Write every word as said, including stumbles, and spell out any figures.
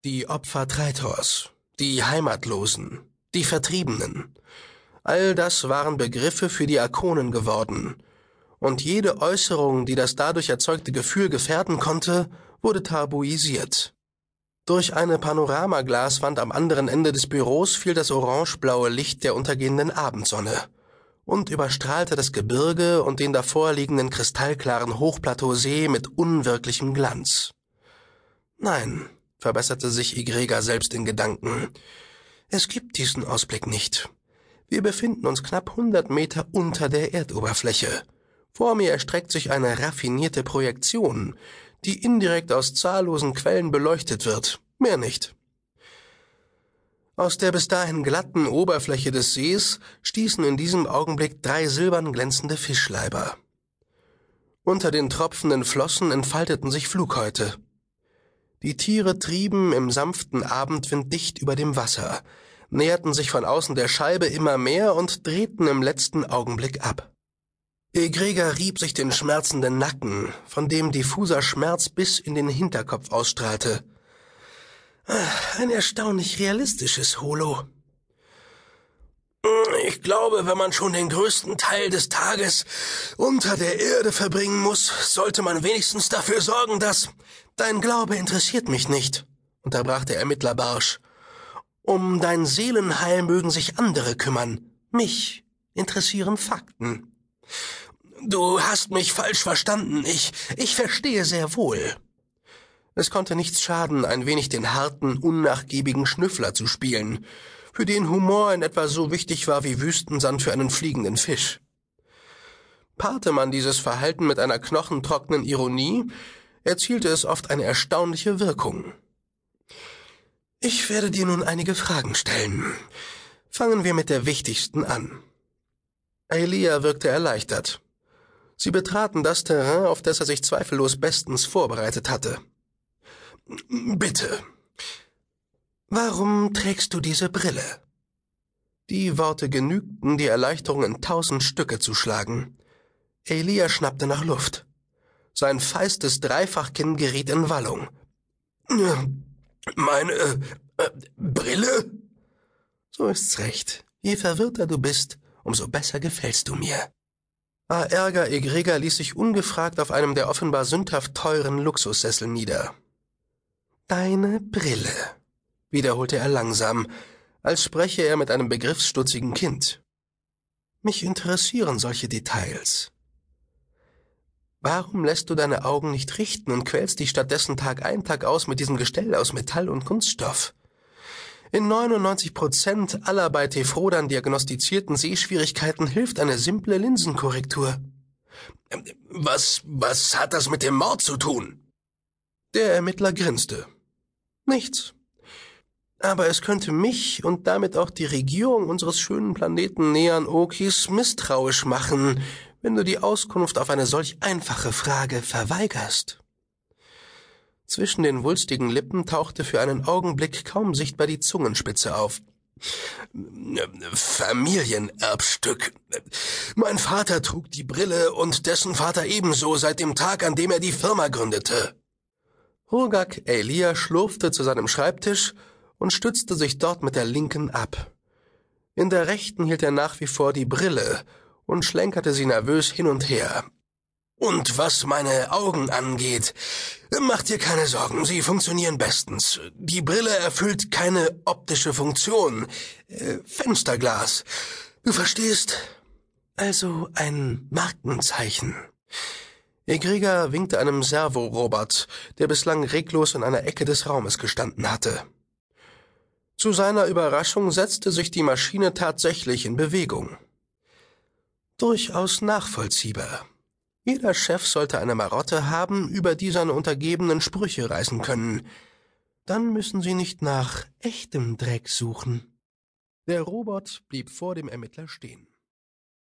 Die Opfer Traitors, die Heimatlosen, die Vertriebenen. All das waren Begriffe für die Arkonen geworden, und jede Äußerung, die das dadurch erzeugte Gefühl gefährden konnte, wurde tabuisiert. Durch eine Panoramaglaswand am anderen Ende des Büros fiel das orangeblaue Licht der untergehenden Abendsonne und überstrahlte das Gebirge und den davorliegenden kristallklaren Hochplateausee mit unwirklichem Glanz. Nein, verbesserte sich Igrega selbst in Gedanken. Es gibt diesen Ausblick nicht. Wir befinden uns knapp hundert Meter unter der Erdoberfläche. Vor mir erstreckt sich eine raffinierte Projektion, die indirekt aus zahllosen Quellen beleuchtet wird, mehr nicht. Aus der bis dahin glatten Oberfläche des Sees stießen in diesem Augenblick drei silbern glänzende Fischleiber. Unter den tropfenden Flossen entfalteten sich Flughäute. Die Tiere trieben im sanften Abendwind dicht über dem Wasser, näherten sich von außen der Scheibe immer mehr und drehten im letzten Augenblick ab. Igrega rieb sich den schmerzenden Nacken, von dem diffuser Schmerz bis in den Hinterkopf ausstrahlte. Ein erstaunlich realistisches Holo. Ich glaube, wenn man schon den größten Teil des Tages unter der Erde verbringen muss, sollte man wenigstens dafür sorgen, dass... Dein Glaube interessiert mich nicht, unterbrach der Ermittler barsch. Um dein Seelenheil mögen sich andere kümmern. Mich interessieren Fakten. Du hast mich falsch verstanden. Ich, ich verstehe sehr wohl. Es konnte nichts schaden, ein wenig den harten, unnachgiebigen Schnüffler zu spielen, für den Humor in etwa so wichtig war wie Wüstensand für einen fliegenden Fisch. Paarte man dieses Verhalten mit einer knochentrockenen Ironie, erzielte es oft eine erstaunliche Wirkung. Ich werde dir nun einige Fragen stellen. Fangen wir mit der wichtigsten an. Aelia wirkte erleichtert. Sie betraten das Terrain, auf das er sich zweifellos bestens vorbereitet hatte. Bitte. Warum trägst du diese Brille? Die Worte genügten, die Erleichterung in tausend Stücke zu schlagen. Aelia schnappte nach Luft. Sein feistes Dreifachkinn geriet in Wallung. Meine äh, äh, Brille? So ist's recht. Je verwirrter du bist, umso besser gefällst du mir. Aerga Igrega ließ sich ungefragt auf einem der offenbar sündhaft teuren Luxussessel nieder. Deine Brille, wiederholte er langsam, als spreche er mit einem begriffsstutzigen Kind. Mich interessieren solche Details. Warum lässt du deine Augen nicht richten und quälst dich stattdessen Tag ein, Tag aus mit diesem Gestell aus Metall und Kunststoff? In neunundneunzig Prozent aller bei Tefrodern diagnostizierten Sehschwierigkeiten hilft eine simple Linsenkorrektur. Was, was hat das mit dem Mord zu tun? Der Ermittler grinste. Nichts. Aber es könnte mich und damit auch die Regierung unseres schönen Planeten Nean Okis misstrauisch machen, wenn du die Auskunft auf eine solch einfache Frage verweigerst. Zwischen den wulstigen Lippen tauchte für einen Augenblick kaum sichtbar die Zungenspitze auf. Familienerbstück. Mein Vater trug die Brille und dessen Vater ebenso seit dem Tag, an dem er die Firma gründete. Hurgak Aelia schlurfte zu seinem Schreibtisch und stützte sich dort mit der linken ab. In der rechten hielt er nach wie vor die Brille und schlenkerte sie nervös hin und her. Und was meine Augen angeht, mach dir keine Sorgen, sie funktionieren bestens. Die Brille erfüllt keine optische Funktion. Äh, Fensterglas. Du verstehst? Also ein Markenzeichen. Igrega winkte einem Servorobot, der bislang reglos in einer Ecke des Raumes gestanden hatte. Zu seiner Überraschung setzte sich die Maschine tatsächlich in Bewegung. Durchaus nachvollziehbar. Jeder Chef sollte eine Marotte haben, über die seine Untergebenen Sprüche reißen können. Dann müssen sie nicht nach echtem Dreck suchen. Der Robot blieb vor dem Ermittler stehen.